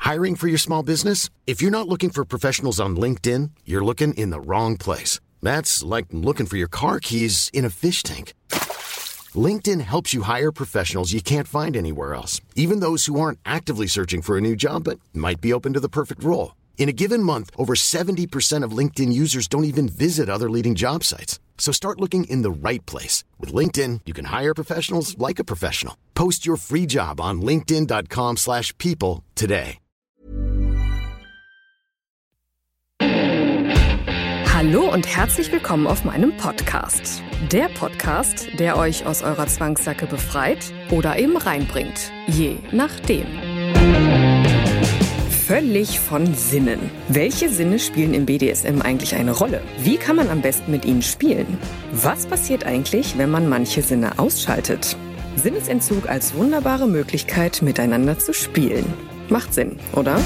Hiring for your small business? If you're not looking for professionals on LinkedIn, you're looking in the wrong place. That's like looking for your car keys in a fish tank. LinkedIn helps you hire professionals you can't find anywhere else, even those who aren't actively searching for a new job but might be open to the perfect role. In a given month, over 70% of LinkedIn users don't even visit other leading job sites. So start looking in the right place. With LinkedIn, you can hire professionals like a professional. Post your free job on linkedin.com/people today. Hallo und herzlich willkommen auf meinem Podcast. Der Podcast, der euch aus eurer Zwangsjacke befreit oder eben reinbringt. Je nachdem. Völlig von Sinnen. Welche Sinne spielen im BDSM eigentlich eine Rolle? Wie kann man am besten mit ihnen spielen? Was passiert eigentlich, wenn man manche Sinne ausschaltet? Sinnesentzug als wunderbare Möglichkeit, miteinander zu spielen. Macht Sinn, oder?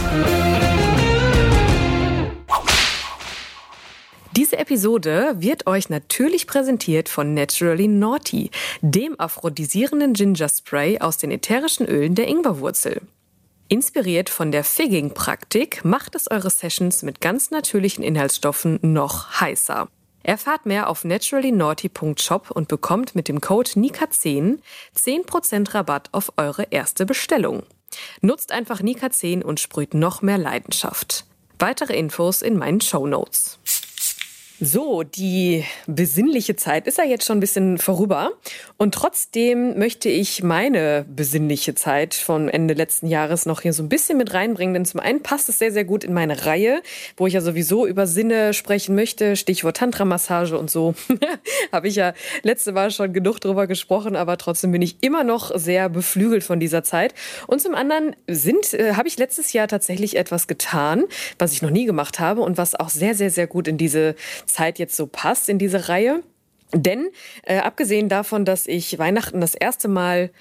Diese Episode wird euch natürlich präsentiert von Naturally Naughty, dem aphrodisierenden Ginger-Spray aus den ätherischen Ölen der Ingwerwurzel. Inspiriert von der Figging-Praktik macht es eure Sessions mit ganz natürlichen Inhaltsstoffen noch heißer. Erfahrt mehr auf naturallynaughty.shop und bekommt mit dem Code NIKA10 10% Rabatt auf eure erste Bestellung. Nutzt einfach NIKA10 und sprüht noch mehr Leidenschaft. Weitere Infos in meinen Shownotes. So, die besinnliche Zeit ist ja jetzt schon ein bisschen vorüber und trotzdem möchte ich meine besinnliche Zeit von Ende letzten Jahres noch hier so ein bisschen mit reinbringen, denn zum einen passt es sehr, sehr gut in meine Reihe, wo ich ja sowieso über Sinne sprechen möchte, Stichwort Tantra-Massage und so, habe ich ja letzte Mal schon genug drüber gesprochen, aber trotzdem bin ich immer noch sehr beflügelt von dieser Zeit und zum anderen habe ich letztes Jahr tatsächlich etwas getan, was ich noch nie gemacht habe und was auch sehr, sehr, sehr gut in diese Zeit jetzt so passt in diese Reihe. Denn abgesehen davon, dass ich Weihnachten das erste Mal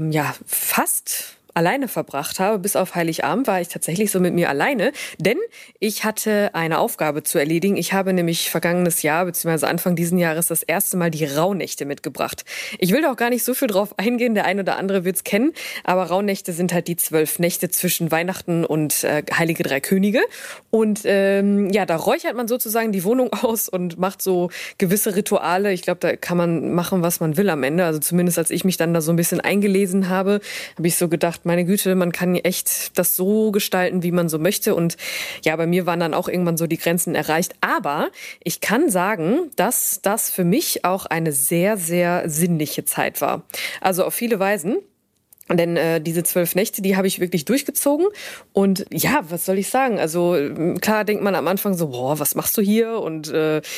fast alleine verbracht habe, bis auf Heiligabend war ich tatsächlich so mit mir alleine, denn ich hatte eine Aufgabe zu erledigen. Ich habe nämlich vergangenes Jahr bzw. Anfang diesen Jahres das erste Mal die Rauhnächte mitgebracht. Ich will da auch gar nicht so viel drauf eingehen, der ein oder andere wird's kennen, aber Rauhnächte sind halt die 12 Nächte zwischen Weihnachten und Heilige Drei Könige und da räuchert man sozusagen die Wohnung aus und macht so gewisse Rituale. Ich glaube, da kann man machen, was man will am Ende, also zumindest als ich mich dann da so ein bisschen eingelesen habe ich so gedacht, meine Güte, man kann echt das so gestalten, wie man so möchte. Und ja, bei mir waren dann auch irgendwann so die Grenzen erreicht. Aber ich kann sagen, dass das für mich auch eine sehr, sehr sinnliche Zeit war. Also auf viele Weisen. Denn diese 12 Nächte, die habe ich wirklich durchgezogen. Und ja, was soll ich sagen? Also klar denkt man am Anfang so, boah, was machst du hier? Und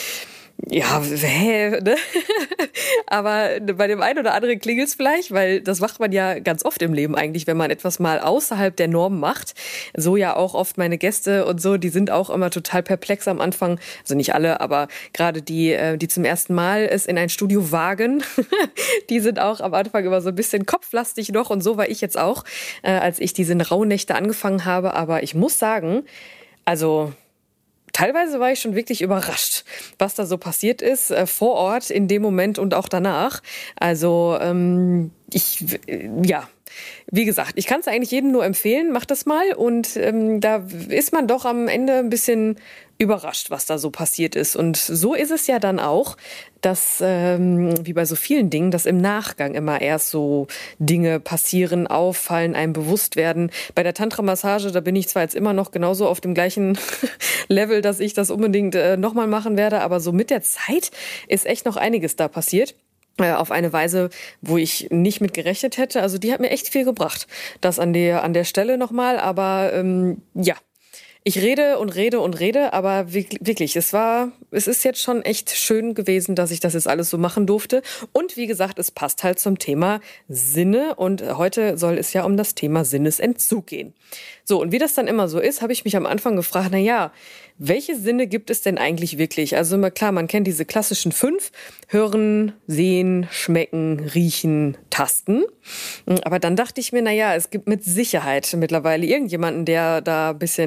ne? Aber bei dem einen oder anderen klingelt's vielleicht, weil das macht man ja ganz oft im Leben eigentlich, wenn man etwas mal außerhalb der Norm macht. So ja auch oft meine Gäste und so, die sind auch immer total perplex am Anfang. Also nicht alle, aber gerade die zum ersten Mal es in ein Studio wagen, die sind auch am Anfang immer so ein bisschen kopflastig noch und so war ich jetzt auch, als ich diese Rauhnächte angefangen habe. Aber ich muss sagen, also teilweise war ich schon wirklich überrascht, was da so passiert ist, vor Ort, in dem Moment und auch danach. Also, wie gesagt, ich kann es eigentlich jedem nur empfehlen, macht das mal. Und da ist man doch am Ende ein bisschen überrascht, was da so passiert ist. Und so ist es ja dann auch, dass, wie bei so vielen Dingen, dass im Nachgang immer erst so Dinge passieren, auffallen, einem bewusst werden. Bei der Tantra-Massage, da bin ich zwar jetzt immer noch genauso auf dem gleichen Level, dass ich das unbedingt nochmal machen werde, aber so mit der Zeit ist echt noch einiges da passiert. Auf eine Weise, wo ich nicht mit gerechnet hätte. Also die hat mir echt viel gebracht. Das an der Stelle nochmal, aber ich rede und rede und rede, aber wirklich, es ist jetzt schon echt schön gewesen, dass ich das jetzt alles so machen durfte. Und wie gesagt, es passt halt zum Thema Sinne und heute soll es ja um das Thema Sinnesentzug gehen. So, und wie das dann immer so ist, habe ich mich am Anfang gefragt, welche Sinne gibt es denn eigentlich wirklich? Also immer klar, man kennt diese klassischen 5, hören, sehen, schmecken, riechen, tasten. Aber dann dachte ich mir, es gibt mit Sicherheit mittlerweile irgendjemanden, der da ein bisschen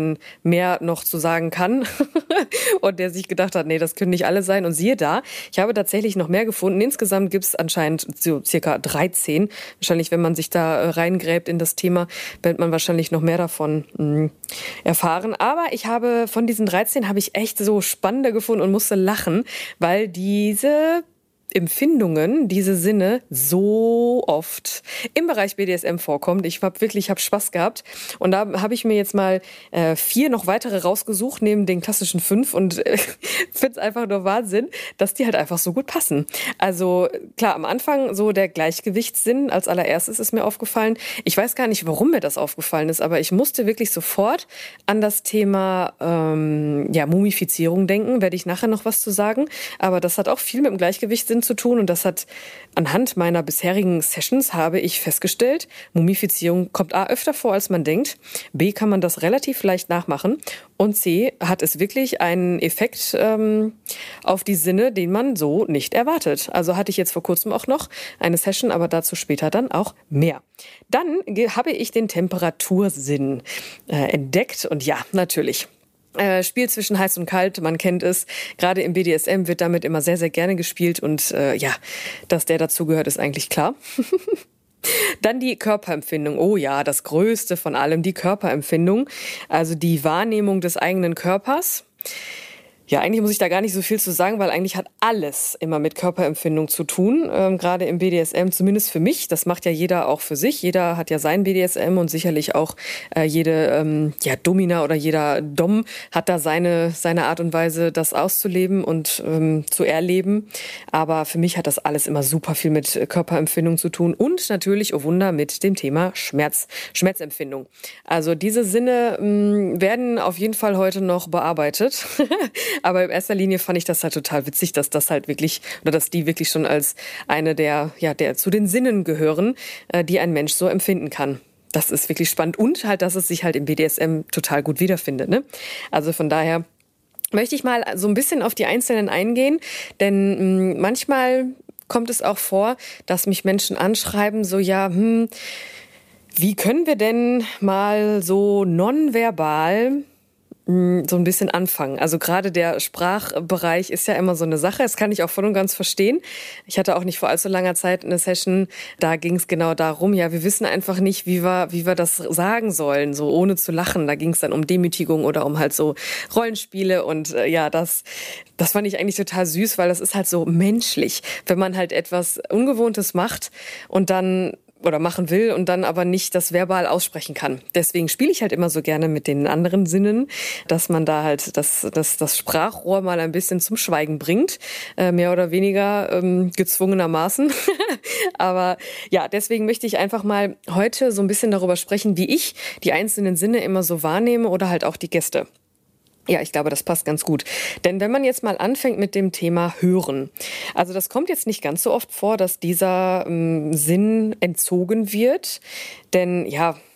mehr noch zu sagen kann und der sich gedacht hat, nee, das können nicht alle sein. Und siehe da, ich habe tatsächlich noch mehr gefunden. Insgesamt gibt es anscheinend so circa 13. Wahrscheinlich, wenn man sich da reingräbt in das Thema, wird man wahrscheinlich noch mehr davon erfahren. Aber von diesen 13 habe ich echt so spannende gefunden und musste lachen, weil diese Empfindungen, diese Sinne so oft im Bereich BDSM vorkommt. Ich habe Spaß gehabt. Und da habe ich mir jetzt mal 4 noch weitere rausgesucht, neben den klassischen 5 und finde es einfach nur Wahnsinn, dass die halt einfach so gut passen. Also klar, am Anfang so der Gleichgewichtssinn als allererstes ist mir aufgefallen. Ich weiß gar nicht, warum mir das aufgefallen ist, aber ich musste wirklich sofort an das Thema Mumifizierung denken. Werde ich nachher noch was zu sagen. Aber das hat auch viel mit dem Gleichgewichtssinn zu tun und das hat anhand meiner bisherigen Sessions habe ich festgestellt, Mumifizierung kommt A öfter vor, als man denkt, B kann man das relativ leicht nachmachen und C hat es wirklich einen Effekt auf die Sinne, den man so nicht erwartet. Also hatte ich jetzt vor kurzem auch noch eine Session, aber dazu später dann auch mehr. Dann habe ich den Temperatursinn entdeckt und ja, natürlich. Spiel zwischen heiß und kalt, man kennt es. Gerade im BDSM wird damit immer sehr, sehr gerne gespielt und dass der dazugehört, ist eigentlich klar. Dann die Körperempfindung. Oh ja, das Größte von allem, die Körperempfindung. Also die Wahrnehmung des eigenen Körpers. Ja, eigentlich muss ich da gar nicht so viel zu sagen, weil eigentlich hat alles immer mit Körperempfindung zu tun, gerade im BDSM, zumindest für mich. Das macht ja jeder auch für sich. Jeder hat ja sein BDSM und sicherlich auch jede Domina oder jeder Dom hat da seine Art und Weise, das auszuleben und zu erleben. Aber für mich hat das alles immer super viel mit Körperempfindung zu tun und natürlich, oh Wunder, mit dem Thema Schmerzempfindung. Also diese Sinne werden auf jeden Fall heute noch bearbeitet. Aber in erster Linie fand ich das halt total witzig, dass das halt wirklich, oder dass die wirklich schon als eine der zu den Sinnen gehören, die ein Mensch so empfinden kann. Das ist wirklich spannend und halt, dass es sich halt im BDSM total gut wiederfindet, ne? Also von daher möchte ich mal so ein bisschen auf die Einzelnen eingehen, denn manchmal kommt es auch vor, dass mich Menschen anschreiben, so wie können wir denn mal so nonverbal so ein bisschen anfangen. Also gerade der Sprachbereich ist ja immer so eine Sache. Das kann ich auch voll und ganz verstehen. Ich hatte auch nicht vor allzu langer Zeit eine Session, da ging es genau darum, wir wissen einfach nicht, wie wir das sagen sollen, so ohne zu lachen. Da ging es dann um Demütigung oder um halt so Rollenspiele und das fand ich eigentlich total süß, weil das ist halt so menschlich, wenn man halt etwas Ungewohntes macht und dann oder machen will und dann aber nicht das verbal aussprechen kann. Deswegen spiele ich halt immer so gerne mit den anderen Sinnen, dass man da halt das Sprachrohr mal ein bisschen zum Schweigen bringt, mehr oder weniger gezwungenermaßen. Aber ja, deswegen möchte ich einfach mal heute so ein bisschen darüber sprechen, wie ich die einzelnen Sinne immer so wahrnehme oder halt auch die Gäste. Ja, ich glaube, das passt ganz gut. Denn wenn man jetzt mal anfängt mit dem Thema Hören, also das kommt jetzt nicht ganz so oft vor, dass dieser Sinn entzogen wird. Denn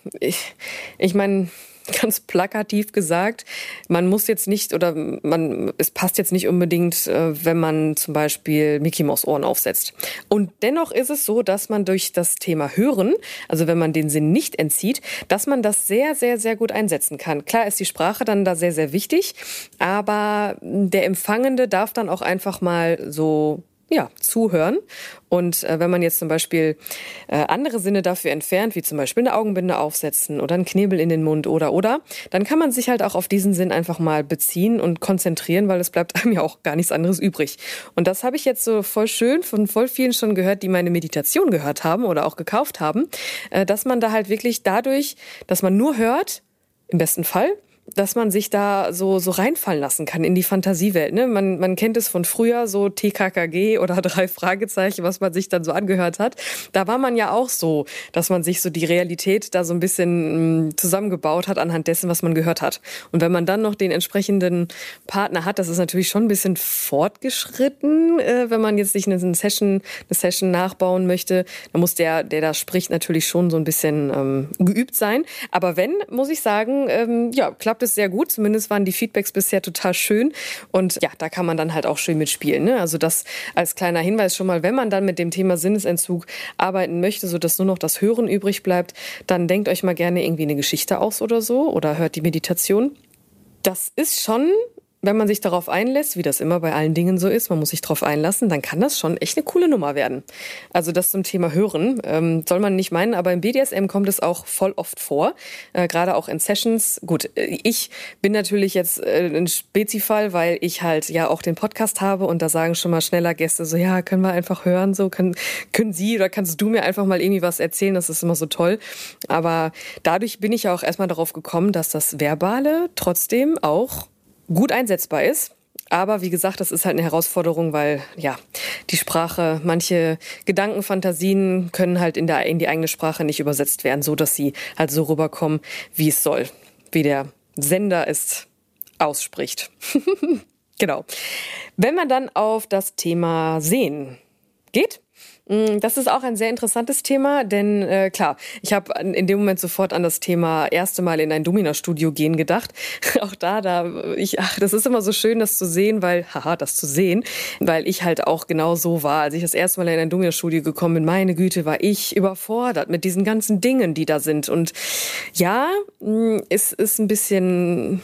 ich meine, ganz plakativ gesagt, man muss jetzt nicht es passt jetzt nicht unbedingt, wenn man zum Beispiel Mickey Maus Ohren aufsetzt. Und dennoch ist es so, dass man durch das Thema Hören, also wenn man den Sinn nicht entzieht, dass man das sehr, sehr, sehr gut einsetzen kann. Klar ist die Sprache dann da sehr, sehr wichtig, aber der Empfangende darf dann auch einfach mal so zuhören. Und wenn man jetzt zum Beispiel andere Sinne dafür entfernt, wie zum Beispiel eine Augenbinde aufsetzen oder einen Knebel in den Mund oder, dann kann man sich halt auch auf diesen Sinn einfach mal beziehen und konzentrieren, weil es bleibt einem ja auch gar nichts anderes übrig. Und das habe ich jetzt so voll schön von voll vielen schon gehört, die meine Meditation gehört haben oder auch gekauft haben, dass man da halt wirklich dadurch, dass man nur hört, im besten Fall, dass man sich da so reinfallen lassen kann in die Fantasiewelt. Ne? Man kennt es von früher, so TKKG oder 3 Fragezeichen, was man sich dann so angehört hat. Da war man ja auch so, dass man sich so die Realität da so ein bisschen zusammengebaut hat anhand dessen, was man gehört hat. Und wenn man dann noch den entsprechenden Partner hat, das ist natürlich schon ein bisschen fortgeschritten, wenn man jetzt sich eine Session nachbauen möchte, dann muss der da spricht, natürlich schon so ein bisschen geübt sein. Aber wenn, muss ich sagen, klappt es sehr gut. Zumindest waren die Feedbacks bisher total schön. Und ja, da kann man dann halt auch schön mitspielen. Ne? Also das als kleiner Hinweis schon mal, wenn man dann mit dem Thema Sinnesentzug arbeiten möchte, sodass nur noch das Hören übrig bleibt, dann denkt euch mal gerne irgendwie eine Geschichte aus oder so oder hört die Meditation. Das ist schon, wenn man sich darauf einlässt, wie das immer bei allen Dingen so ist, man muss sich darauf einlassen, dann kann das schon echt eine coole Nummer werden. Also das zum Thema Hören, soll man nicht meinen, aber im BDSM kommt es auch voll oft vor, gerade auch in Sessions. Gut, ich bin natürlich jetzt ein Spezifall, weil ich halt ja auch den Podcast habe und da sagen schon mal schneller Gäste so, ja, können wir einfach hören, so können Sie oder kannst du mir einfach mal irgendwie was erzählen, das ist immer so toll. Aber dadurch bin ich ja auch erstmal darauf gekommen, dass das Verbale trotzdem auch gut einsetzbar ist. Aber wie gesagt, das ist halt eine Herausforderung, weil ja die Sprache, manche Gedanken, Fantasien können halt in die eigene Sprache nicht übersetzt werden, so dass sie halt so rüberkommen, wie es soll, wie der Sender es ausspricht. Genau. Wenn man dann auf das Thema Sehen geht, das ist auch ein sehr interessantes Thema, denn klar, ich habe in dem Moment sofort an das Thema erste Mal in ein Domina-Studio gehen gedacht. Auch das ist immer so schön, das zu sehen, weil ich halt auch genau so war. Als ich das erste Mal in ein Domina-Studio gekommen bin, meine Güte, war ich überfordert mit diesen ganzen Dingen, die da sind. Und ja, es ist ein bisschen...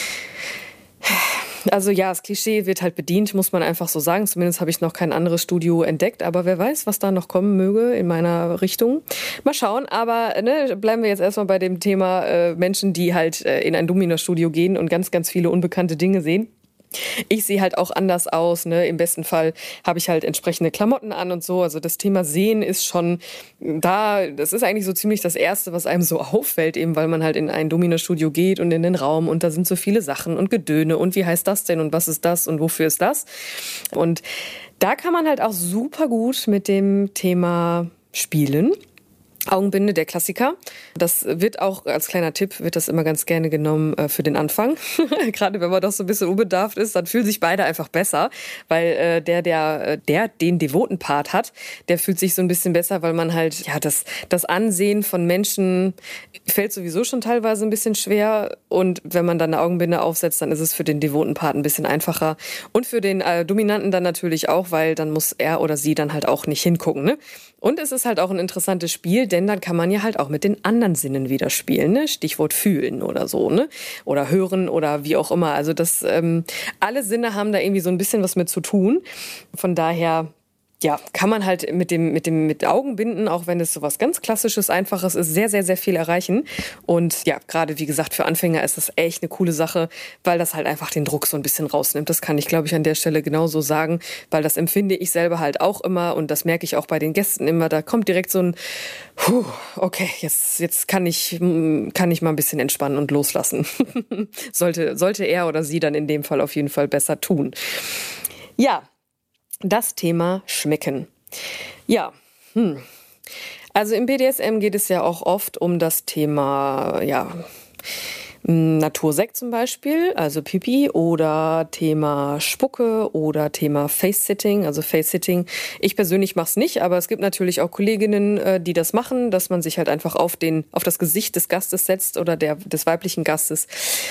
Also ja, das Klischee wird halt bedient, muss man einfach so sagen. Zumindest habe ich noch kein anderes Studio entdeckt. Aber wer weiß, was da noch kommen möge in meiner Richtung. Mal schauen. Aber bleiben wir jetzt erstmal bei dem Thema Menschen, die halt in ein Domina-Studio gehen und ganz, ganz viele unbekannte Dinge sehen. Ich sehe halt auch anders aus, ne? Im besten Fall habe ich halt entsprechende Klamotten an und so. Also das Thema Sehen ist schon da. Das ist eigentlich so ziemlich das Erste, was einem so auffällt, eben weil man halt in ein Domina-Studio geht und in den Raum und da sind so viele Sachen und Gedöne und wie heißt das denn und was ist das und wofür ist das? Und da kann man halt auch super gut mit dem Thema spielen. Augenbinde, der Klassiker. Das wird auch als kleiner Tipp, wird das immer ganz gerne genommen für den Anfang. Gerade wenn man doch so ein bisschen unbedarft ist, dann fühlen sich beide einfach besser, weil der den devoten Part hat, der fühlt sich so ein bisschen besser, weil man halt, ja, das Ansehen von Menschen fällt sowieso schon teilweise ein bisschen schwer und wenn man dann eine Augenbinde aufsetzt, dann ist es für den devoten Part ein bisschen einfacher und für den Dominanten dann natürlich auch, weil dann muss er oder sie dann halt auch nicht hingucken, ne? Und es ist halt auch ein interessantes Spiel, denn dann kann man ja halt auch mit den anderen Sinnen wieder spielen, ne? Stichwort fühlen oder so, ne? Oder hören oder wie auch immer. Also alle Sinne haben da irgendwie so ein bisschen was mit zu tun. Von daher, ja, kann man halt mit Augenbinden, auch wenn es so was ganz Klassisches, Einfaches ist, sehr, sehr, sehr viel erreichen. Und ja, gerade wie gesagt, für Anfänger ist das echt eine coole Sache, weil das halt einfach den Druck so ein bisschen rausnimmt. Das kann ich, glaube ich, an der Stelle genauso sagen, weil das empfinde ich selber halt auch immer und das merke ich auch bei den Gästen immer. Da kommt direkt so ein, okay, jetzt kann ich mal ein bisschen entspannen und loslassen. Sollte er oder sie dann in dem Fall auf jeden Fall besser tun. Ja. Das Thema Schmecken. Ja, also im BDSM geht es ja auch oft um das Thema, ja, Natursekt zum Beispiel, also Pipi, oder Thema Spucke oder Thema Face-Sitting, also Face-Sitting. Ich persönlich mache es nicht, aber es gibt natürlich auch Kolleginnen, die das machen, dass man sich halt einfach auf das Gesicht des Gastes setzt oder des weiblichen Gastes.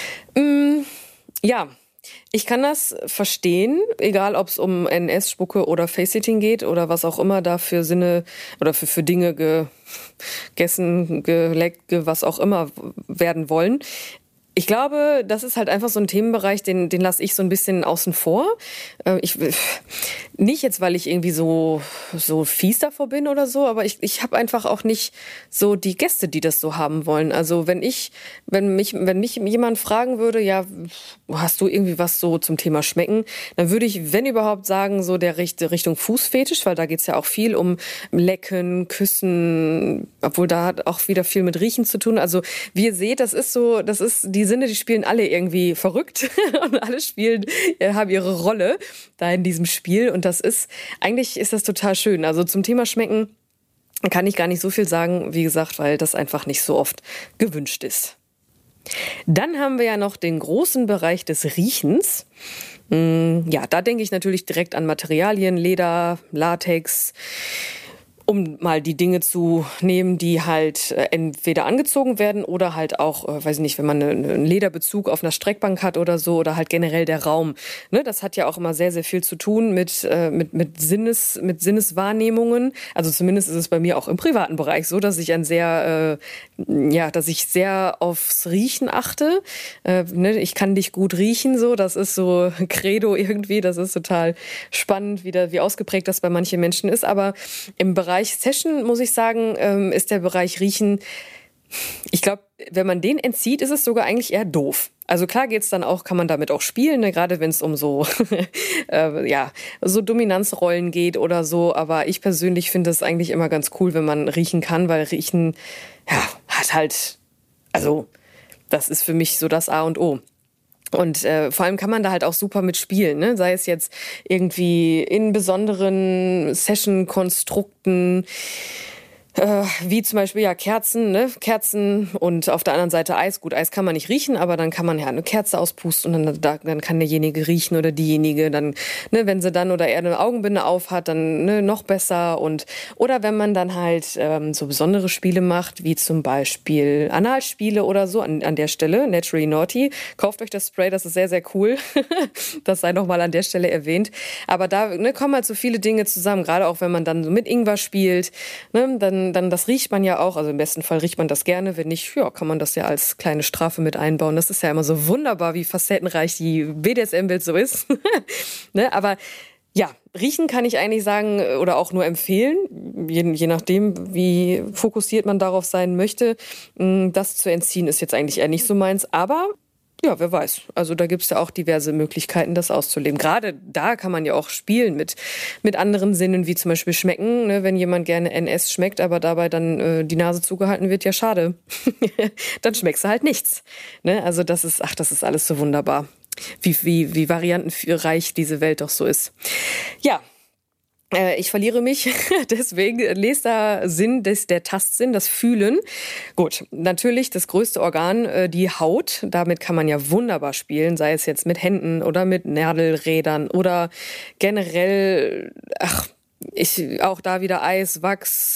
Ja. Ich kann das verstehen, egal ob es um NS, Spucke oder Face-Sitting geht oder was auch immer da für Sinne oder für Dinge gegessen, geleckt, was auch immer werden wollen. Ich glaube, das ist halt einfach so ein Themenbereich, den lasse ich so ein bisschen außen vor. Nicht jetzt, weil ich irgendwie so fies davor bin oder so, aber ich habe einfach auch nicht so die Gäste, die das so haben wollen. Also wenn mich jemand fragen würde, ja, hast du irgendwie was so zum Thema Schmecken, dann würde ich, wenn überhaupt, sagen, so der Richtung Fußfetisch, weil da geht's ja auch viel um Lecken, Küssen, obwohl da hat auch wieder viel mit Riechen zu tun. Also wie ihr seht, das ist die Sinne, die spielen alle irgendwie verrückt und alle haben ihre Rolle da in diesem Spiel und eigentlich ist das total schön. Also zum Thema Schmecken kann ich gar nicht so viel sagen, wie gesagt, weil das einfach nicht so oft gewünscht ist. Dann haben wir ja noch den großen Bereich des Riechens. Ja, da denke ich natürlich direkt an Materialien, Leder, Latex, um mal die Dinge zu nehmen, die halt entweder angezogen werden oder halt auch, weiß ich nicht, wenn man einen Lederbezug auf einer Streckbank hat oder so, oder halt generell der Raum. Ne, das hat ja auch immer sehr, sehr viel zu tun mit Sinneswahrnehmungen. Also zumindest ist es bei mir auch im privaten Bereich so, dass ich dass ich sehr aufs Riechen achte. Ich kann dich gut riechen, so, das ist so Credo irgendwie, das ist total spannend, wie ausgeprägt das bei manchen Menschen ist, aber im Bereich Session, muss ich sagen, ist der Bereich Riechen, ich glaube, wenn man den entzieht, ist es sogar eigentlich eher doof. Also klar geht's dann auch, kann man damit auch spielen, ne? Gerade wenn es um so, so Dominanzrollen geht oder so. Aber ich persönlich finde es eigentlich immer ganz cool, wenn man riechen kann, weil Riechen, hat halt, also das ist für mich so das A und O. Und vor allem kann man da halt auch super mitspielen, ne? Sei es jetzt irgendwie in besonderen Session-Konstrukten, wie zum Beispiel Kerzen, ne? Kerzen und auf der anderen Seite Eis. Gut, Eis kann man nicht riechen, aber dann kann man ja eine Kerze auspusten und dann kann derjenige riechen oder diejenige dann, ne, wenn sie dann oder er eine Augenbinde auf hat, dann noch besser oder wenn man dann halt so besondere Spiele macht, wie zum Beispiel Analspiele oder so an der Stelle, Naturally Naughty. Kauft euch das Spray, das ist sehr, sehr cool. Das sei nochmal an der Stelle erwähnt. Aber da kommen halt so viele Dinge zusammen, gerade auch wenn man dann so mit Ingwer spielt, ne, dann das riecht man ja auch, also im besten Fall riecht man das gerne, wenn nicht, kann man das ja als kleine Strafe mit einbauen. Das ist ja immer so wunderbar, wie facettenreich die BDSM-Welt so ist. Ne, aber ja, riechen kann ich eigentlich sagen oder auch nur empfehlen, je nachdem, wie fokussiert man darauf sein möchte. Das zu entziehen ist jetzt eigentlich eher nicht so meins, aber ja, wer weiß. Also da gibt's ja auch diverse Möglichkeiten, das auszuleben. Gerade da kann man ja auch spielen mit anderen Sinnen, wie zum Beispiel schmecken. Ne? Wenn jemand gerne NS schmeckt, aber dabei dann die Nase zugehalten wird, ja schade. Dann schmeckst du halt nichts. Ne? Also das ist alles so wunderbar. Wie variantenreich diese Welt doch so ist. Ja. Ich verliere mich, deswegen nächster Sinn, der Tastsinn, das Fühlen. Gut, natürlich das größte Organ, die Haut. Damit kann man ja wunderbar spielen, sei es jetzt mit Händen oder mit Nadelrädern oder generell, auch da wieder Eis, Wachs,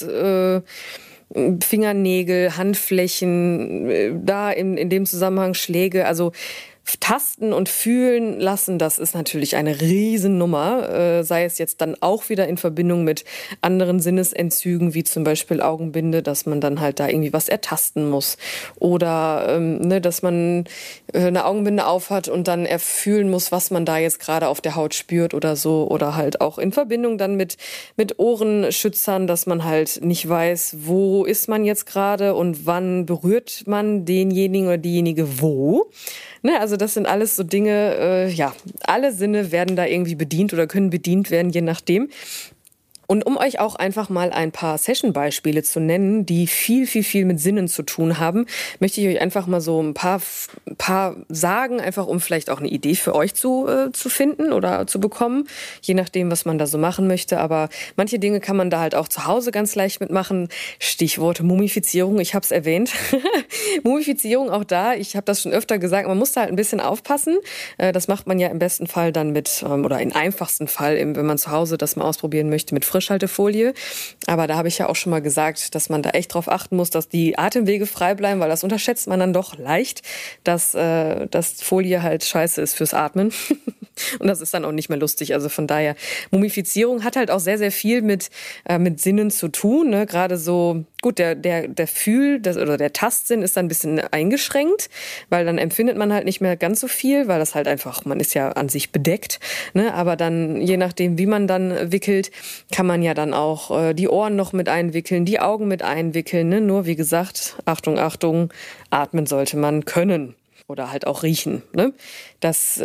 Fingernägel, Handflächen, da in dem Zusammenhang Schläge, also Tasten und fühlen lassen, das ist natürlich eine Riesennummer, sei es jetzt dann auch wieder in Verbindung mit anderen Sinnesentzügen, wie zum Beispiel Augenbinde, dass man dann halt da irgendwie was ertasten muss oder dass man eine Augenbinde aufhat und dann erfühlen muss, was man da jetzt gerade auf der Haut spürt oder so, oder halt auch in Verbindung dann mit Ohrenschützern, dass man halt nicht weiß, wo ist man jetzt gerade und wann berührt man denjenigen oder diejenige wo. Ne, also das sind alles so Dinge, alle Sinne werden da irgendwie bedient oder können bedient werden, je nachdem. Und um euch auch einfach mal ein paar Session-Beispiele zu nennen, die viel, viel, viel mit Sinnen zu tun haben, möchte ich euch einfach mal so ein paar sagen, einfach um vielleicht auch eine Idee für euch zu finden oder zu bekommen, je nachdem, was man da so machen möchte. Aber manche Dinge kann man da halt auch zu Hause ganz leicht mitmachen. Stichwort Mumifizierung, ich habe es erwähnt. Mumifizierung auch da, ich habe das schon öfter gesagt, man muss da halt ein bisschen aufpassen. Das macht man ja im besten Fall dann oder im einfachsten Fall, wenn man zu Hause das mal ausprobieren möchte, mit Frischhaltefolie. Aber da habe ich ja auch schon mal gesagt, dass man da echt drauf achten muss, dass die Atemwege frei bleiben, weil das unterschätzt man dann doch leicht, dass Folie halt scheiße ist fürs Atmen. Und das ist dann auch nicht mehr lustig. Also von daher, Mumifizierung hat halt auch sehr, sehr viel mit Sinnen zu tun. Ne? Gerade so, gut, der oder der Tastsinn ist dann ein bisschen eingeschränkt, weil dann empfindet man halt nicht mehr ganz so viel, weil das halt einfach, man ist ja an sich bedeckt. Ne? Aber dann, je nachdem, wie man dann wickelt, kann man ja dann auch die Ohren noch mit einwickeln, die Augen mit einwickeln. Ne? Nur, wie gesagt, Achtung, Achtung, atmen sollte man können. Oder halt auch riechen. Ne? Das,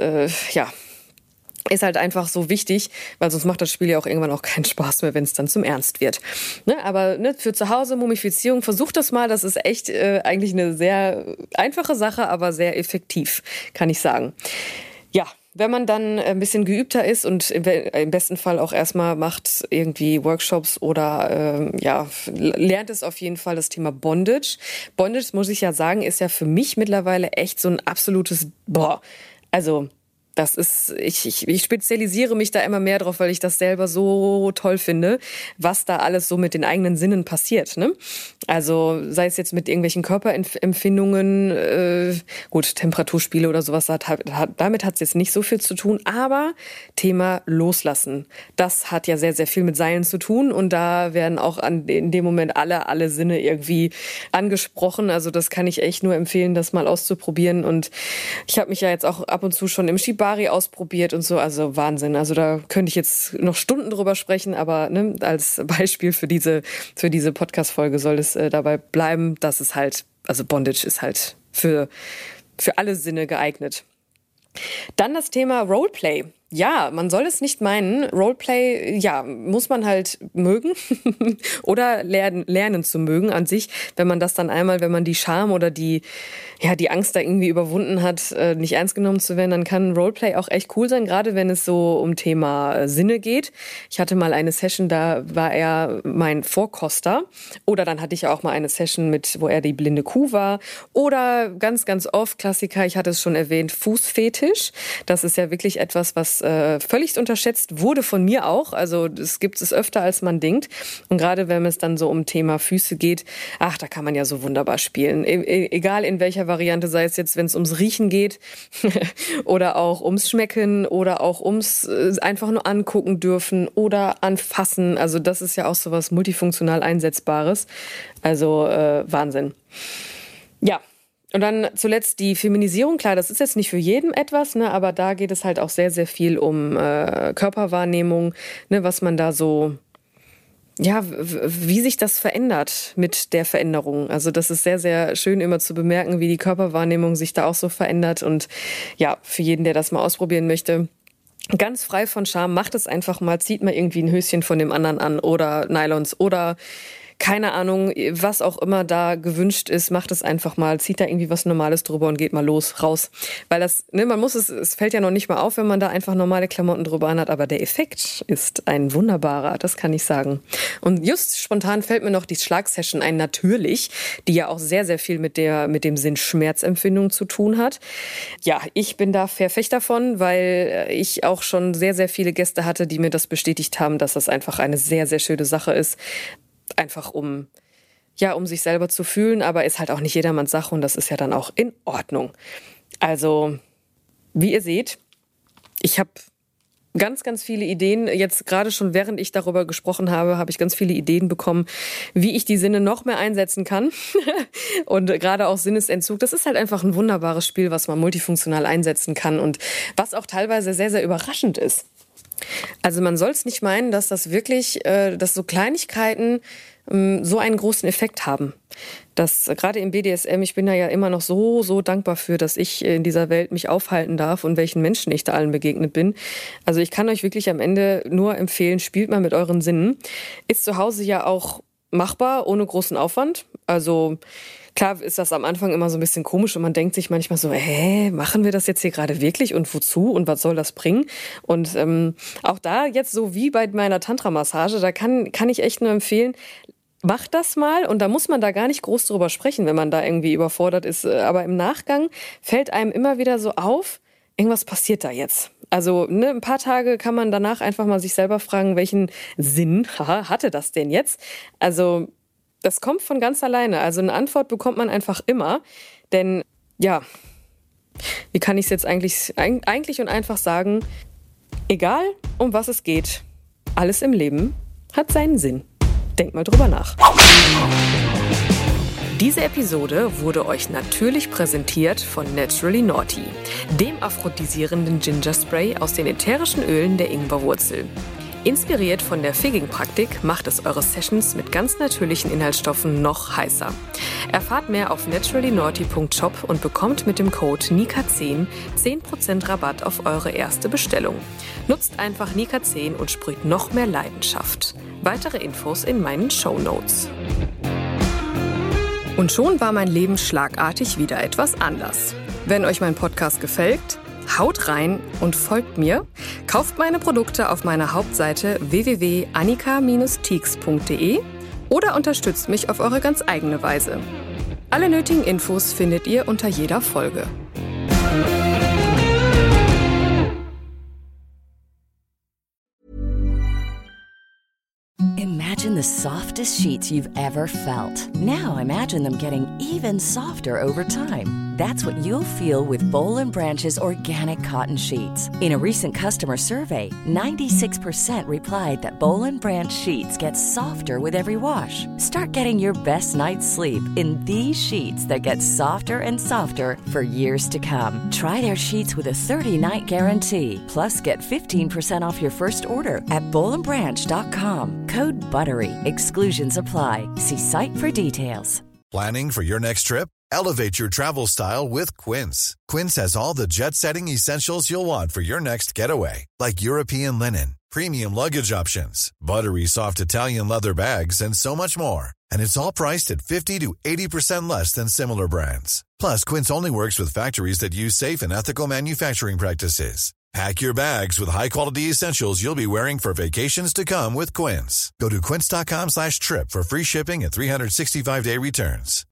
ist halt einfach so wichtig, weil sonst macht das Spiel ja auch irgendwann auch keinen Spaß mehr, wenn es dann zum Ernst wird. Ne? Aber für zu Hause Mumifizierung, versucht das mal. Das ist echt eigentlich eine sehr einfache Sache, aber sehr effektiv, kann ich sagen. Ja, wenn man dann ein bisschen geübter ist und im besten Fall auch erstmal macht irgendwie Workshops oder lernt es auf jeden Fall das Thema Bondage. Bondage, muss ich ja sagen, ist ja für mich mittlerweile echt so ein absolutes, Ich spezialisiere mich da immer mehr drauf, weil ich das selber so toll finde, was da alles so mit den eigenen Sinnen passiert, ne? Also sei es jetzt mit irgendwelchen Körperempfindungen, gut, Temperaturspiele oder sowas, damit hat es jetzt nicht so viel zu tun, aber Thema Loslassen, das hat ja sehr, sehr viel mit Seilen zu tun und da werden auch in dem Moment alle Sinne irgendwie angesprochen, also das kann ich echt nur empfehlen, das mal auszuprobieren und ich habe mich ja jetzt auch ab und zu schon im Shibari ausprobiert und so, also Wahnsinn. Also da könnte ich jetzt noch Stunden drüber sprechen, aber ne, als Beispiel für diese Podcast-Folge soll es dabei bleiben, dass es halt, also Bondage ist halt für alle Sinne geeignet. Dann das Thema Roleplay. Ja, man soll es nicht meinen. Roleplay, ja, muss man halt mögen oder lernen zu mögen an sich. Wenn man das dann einmal, wenn man die Scham oder die Angst da irgendwie überwunden hat, nicht ernst genommen zu werden, dann kann Roleplay auch echt cool sein, gerade wenn es so um Thema Sinne geht. Ich hatte mal eine Session, da war er mein Vorkoster. Oder dann hatte ich auch mal eine Session wo er die blinde Kuh war. Oder ganz, ganz oft, Klassiker, ich hatte es schon erwähnt, Fußfetisch. Das ist ja wirklich etwas, was völlig unterschätzt wurde von mir auch. Also das gibt es öfter, als man denkt. Und gerade wenn es dann so um Thema Füße geht, da kann man ja so wunderbar spielen. Egal in welcher Variante, sei es jetzt, wenn es ums Riechen geht oder auch ums Schmecken oder auch ums einfach nur angucken dürfen oder anfassen. Also das ist ja auch so was multifunktional Einsetzbares. Also Wahnsinn. Ja. Und dann zuletzt die Feminisierung. Klar, das ist jetzt nicht für jeden etwas, ne, aber da geht es halt auch sehr, sehr viel um Körperwahrnehmung, ne, was man da so, ja, wie sich das verändert mit der Veränderung. Also das ist sehr, sehr schön immer zu bemerken, wie die Körperwahrnehmung sich da auch so verändert. Und ja, für jeden, der das mal ausprobieren möchte, ganz frei von Scham, macht es einfach mal, zieht mal irgendwie ein Höschen von dem anderen an oder Nylons oder keine Ahnung, was auch immer da gewünscht ist, macht es einfach mal, zieht da irgendwie was Normales drüber und geht mal raus. Weil das, ne, es fällt ja noch nicht mal auf, wenn man da einfach normale Klamotten drüber anhat, aber der Effekt ist ein wunderbarer, das kann ich sagen. Und just spontan fällt mir noch die Schlagsession ein, natürlich, die ja auch sehr, sehr viel mit dem Sinn Schmerzempfindung zu tun hat. Ja, ich bin da Verfechter davon, weil ich auch schon sehr, sehr viele Gäste hatte, die mir das bestätigt haben, dass das einfach eine sehr, sehr schöne Sache ist. Einfach um sich selber zu fühlen, aber ist halt auch nicht jedermanns Sache und das ist ja dann auch in Ordnung. Also, wie ihr seht, ich habe ganz, ganz viele Ideen. Jetzt gerade schon, während ich darüber gesprochen habe ich ganz viele Ideen bekommen, wie ich die Sinne noch mehr einsetzen kann. Und gerade auch Sinnesentzug, das ist halt einfach ein wunderbares Spiel, was man multifunktional einsetzen kann und was auch teilweise sehr, sehr überraschend ist. Also man soll es nicht meinen, dass das wirklich, dass so Kleinigkeiten so einen großen Effekt haben. Das gerade im BDSM, ich bin da ja immer noch so dankbar für, dass ich in dieser Welt mich aufhalten darf und welchen Menschen ich da allen begegnet bin. Also ich kann euch wirklich am Ende nur empfehlen, spielt mal mit euren Sinnen. Ist zu Hause ja auch machbar, ohne großen Aufwand. Also klar ist das am Anfang immer so ein bisschen komisch und man denkt sich manchmal so, machen wir das jetzt hier gerade wirklich und wozu und was soll das bringen? Und auch da jetzt so wie bei meiner Tantra-Massage, da kann ich echt nur empfehlen, macht das mal und da muss man da gar nicht groß drüber sprechen, wenn man da irgendwie überfordert ist. Aber im Nachgang fällt einem immer wieder so auf, irgendwas passiert da jetzt. Also ein paar Tage kann man danach einfach mal sich selber fragen, welchen Sinn hatte das denn jetzt? Also das kommt von ganz alleine. Also eine Antwort bekommt man einfach immer. Denn ja, wie kann ich es jetzt eigentlich und einfach sagen, egal um was es geht, alles im Leben hat seinen Sinn. Denkt mal drüber nach. Diese Episode wurde euch natürlich präsentiert von Naturally Naughty, dem aphrodisierenden Ginger Spray aus den ätherischen Ölen der Ingwerwurzel. Inspiriert von der Figging-Praktik macht es eure Sessions mit ganz natürlichen Inhaltsstoffen noch heißer. Erfahrt mehr auf naturallynaughty.shop und bekommt mit dem Code NIKA10 10% Rabatt auf eure erste Bestellung. Nutzt einfach NIKA10 und sprüht noch mehr Leidenschaft. Weitere Infos in meinen Shownotes. Und schon war mein Leben schlagartig wieder etwas anders. Wenn euch mein Podcast gefällt, haut rein und folgt mir, kauft meine Produkte auf meiner Hauptseite www.annika-teaks.de oder unterstützt mich auf eure ganz eigene Weise. Alle nötigen Infos findet ihr unter jeder Folge. imagine the softest sheets you've ever felt. Now imagine them getting even softer over time. That's what you'll feel with Boll & Branch's organic cotton sheets. In a recent customer survey, 96% replied that Boll & Branch sheets get softer with every wash. Start getting your best night's sleep in these sheets that get softer and softer for years to come. Try their sheets with a 30-night guarantee. Plus, get 15% off your first order at bollandbranch.com. Code BUTTERY. Exclusions apply. See site for details. Planning for your next trip? Elevate your travel style with Quince. Quince has all the jet-setting essentials you'll want for your next getaway, like European linen, premium luggage options, buttery soft Italian leather bags, and so much more. And it's all priced at 50 to 80% less than similar brands. Plus, Quince only works with factories that use safe and ethical manufacturing practices. Pack your bags with high-quality essentials you'll be wearing for vacations to come with Quince. Go to quince.com/trip for free shipping and 365-day returns.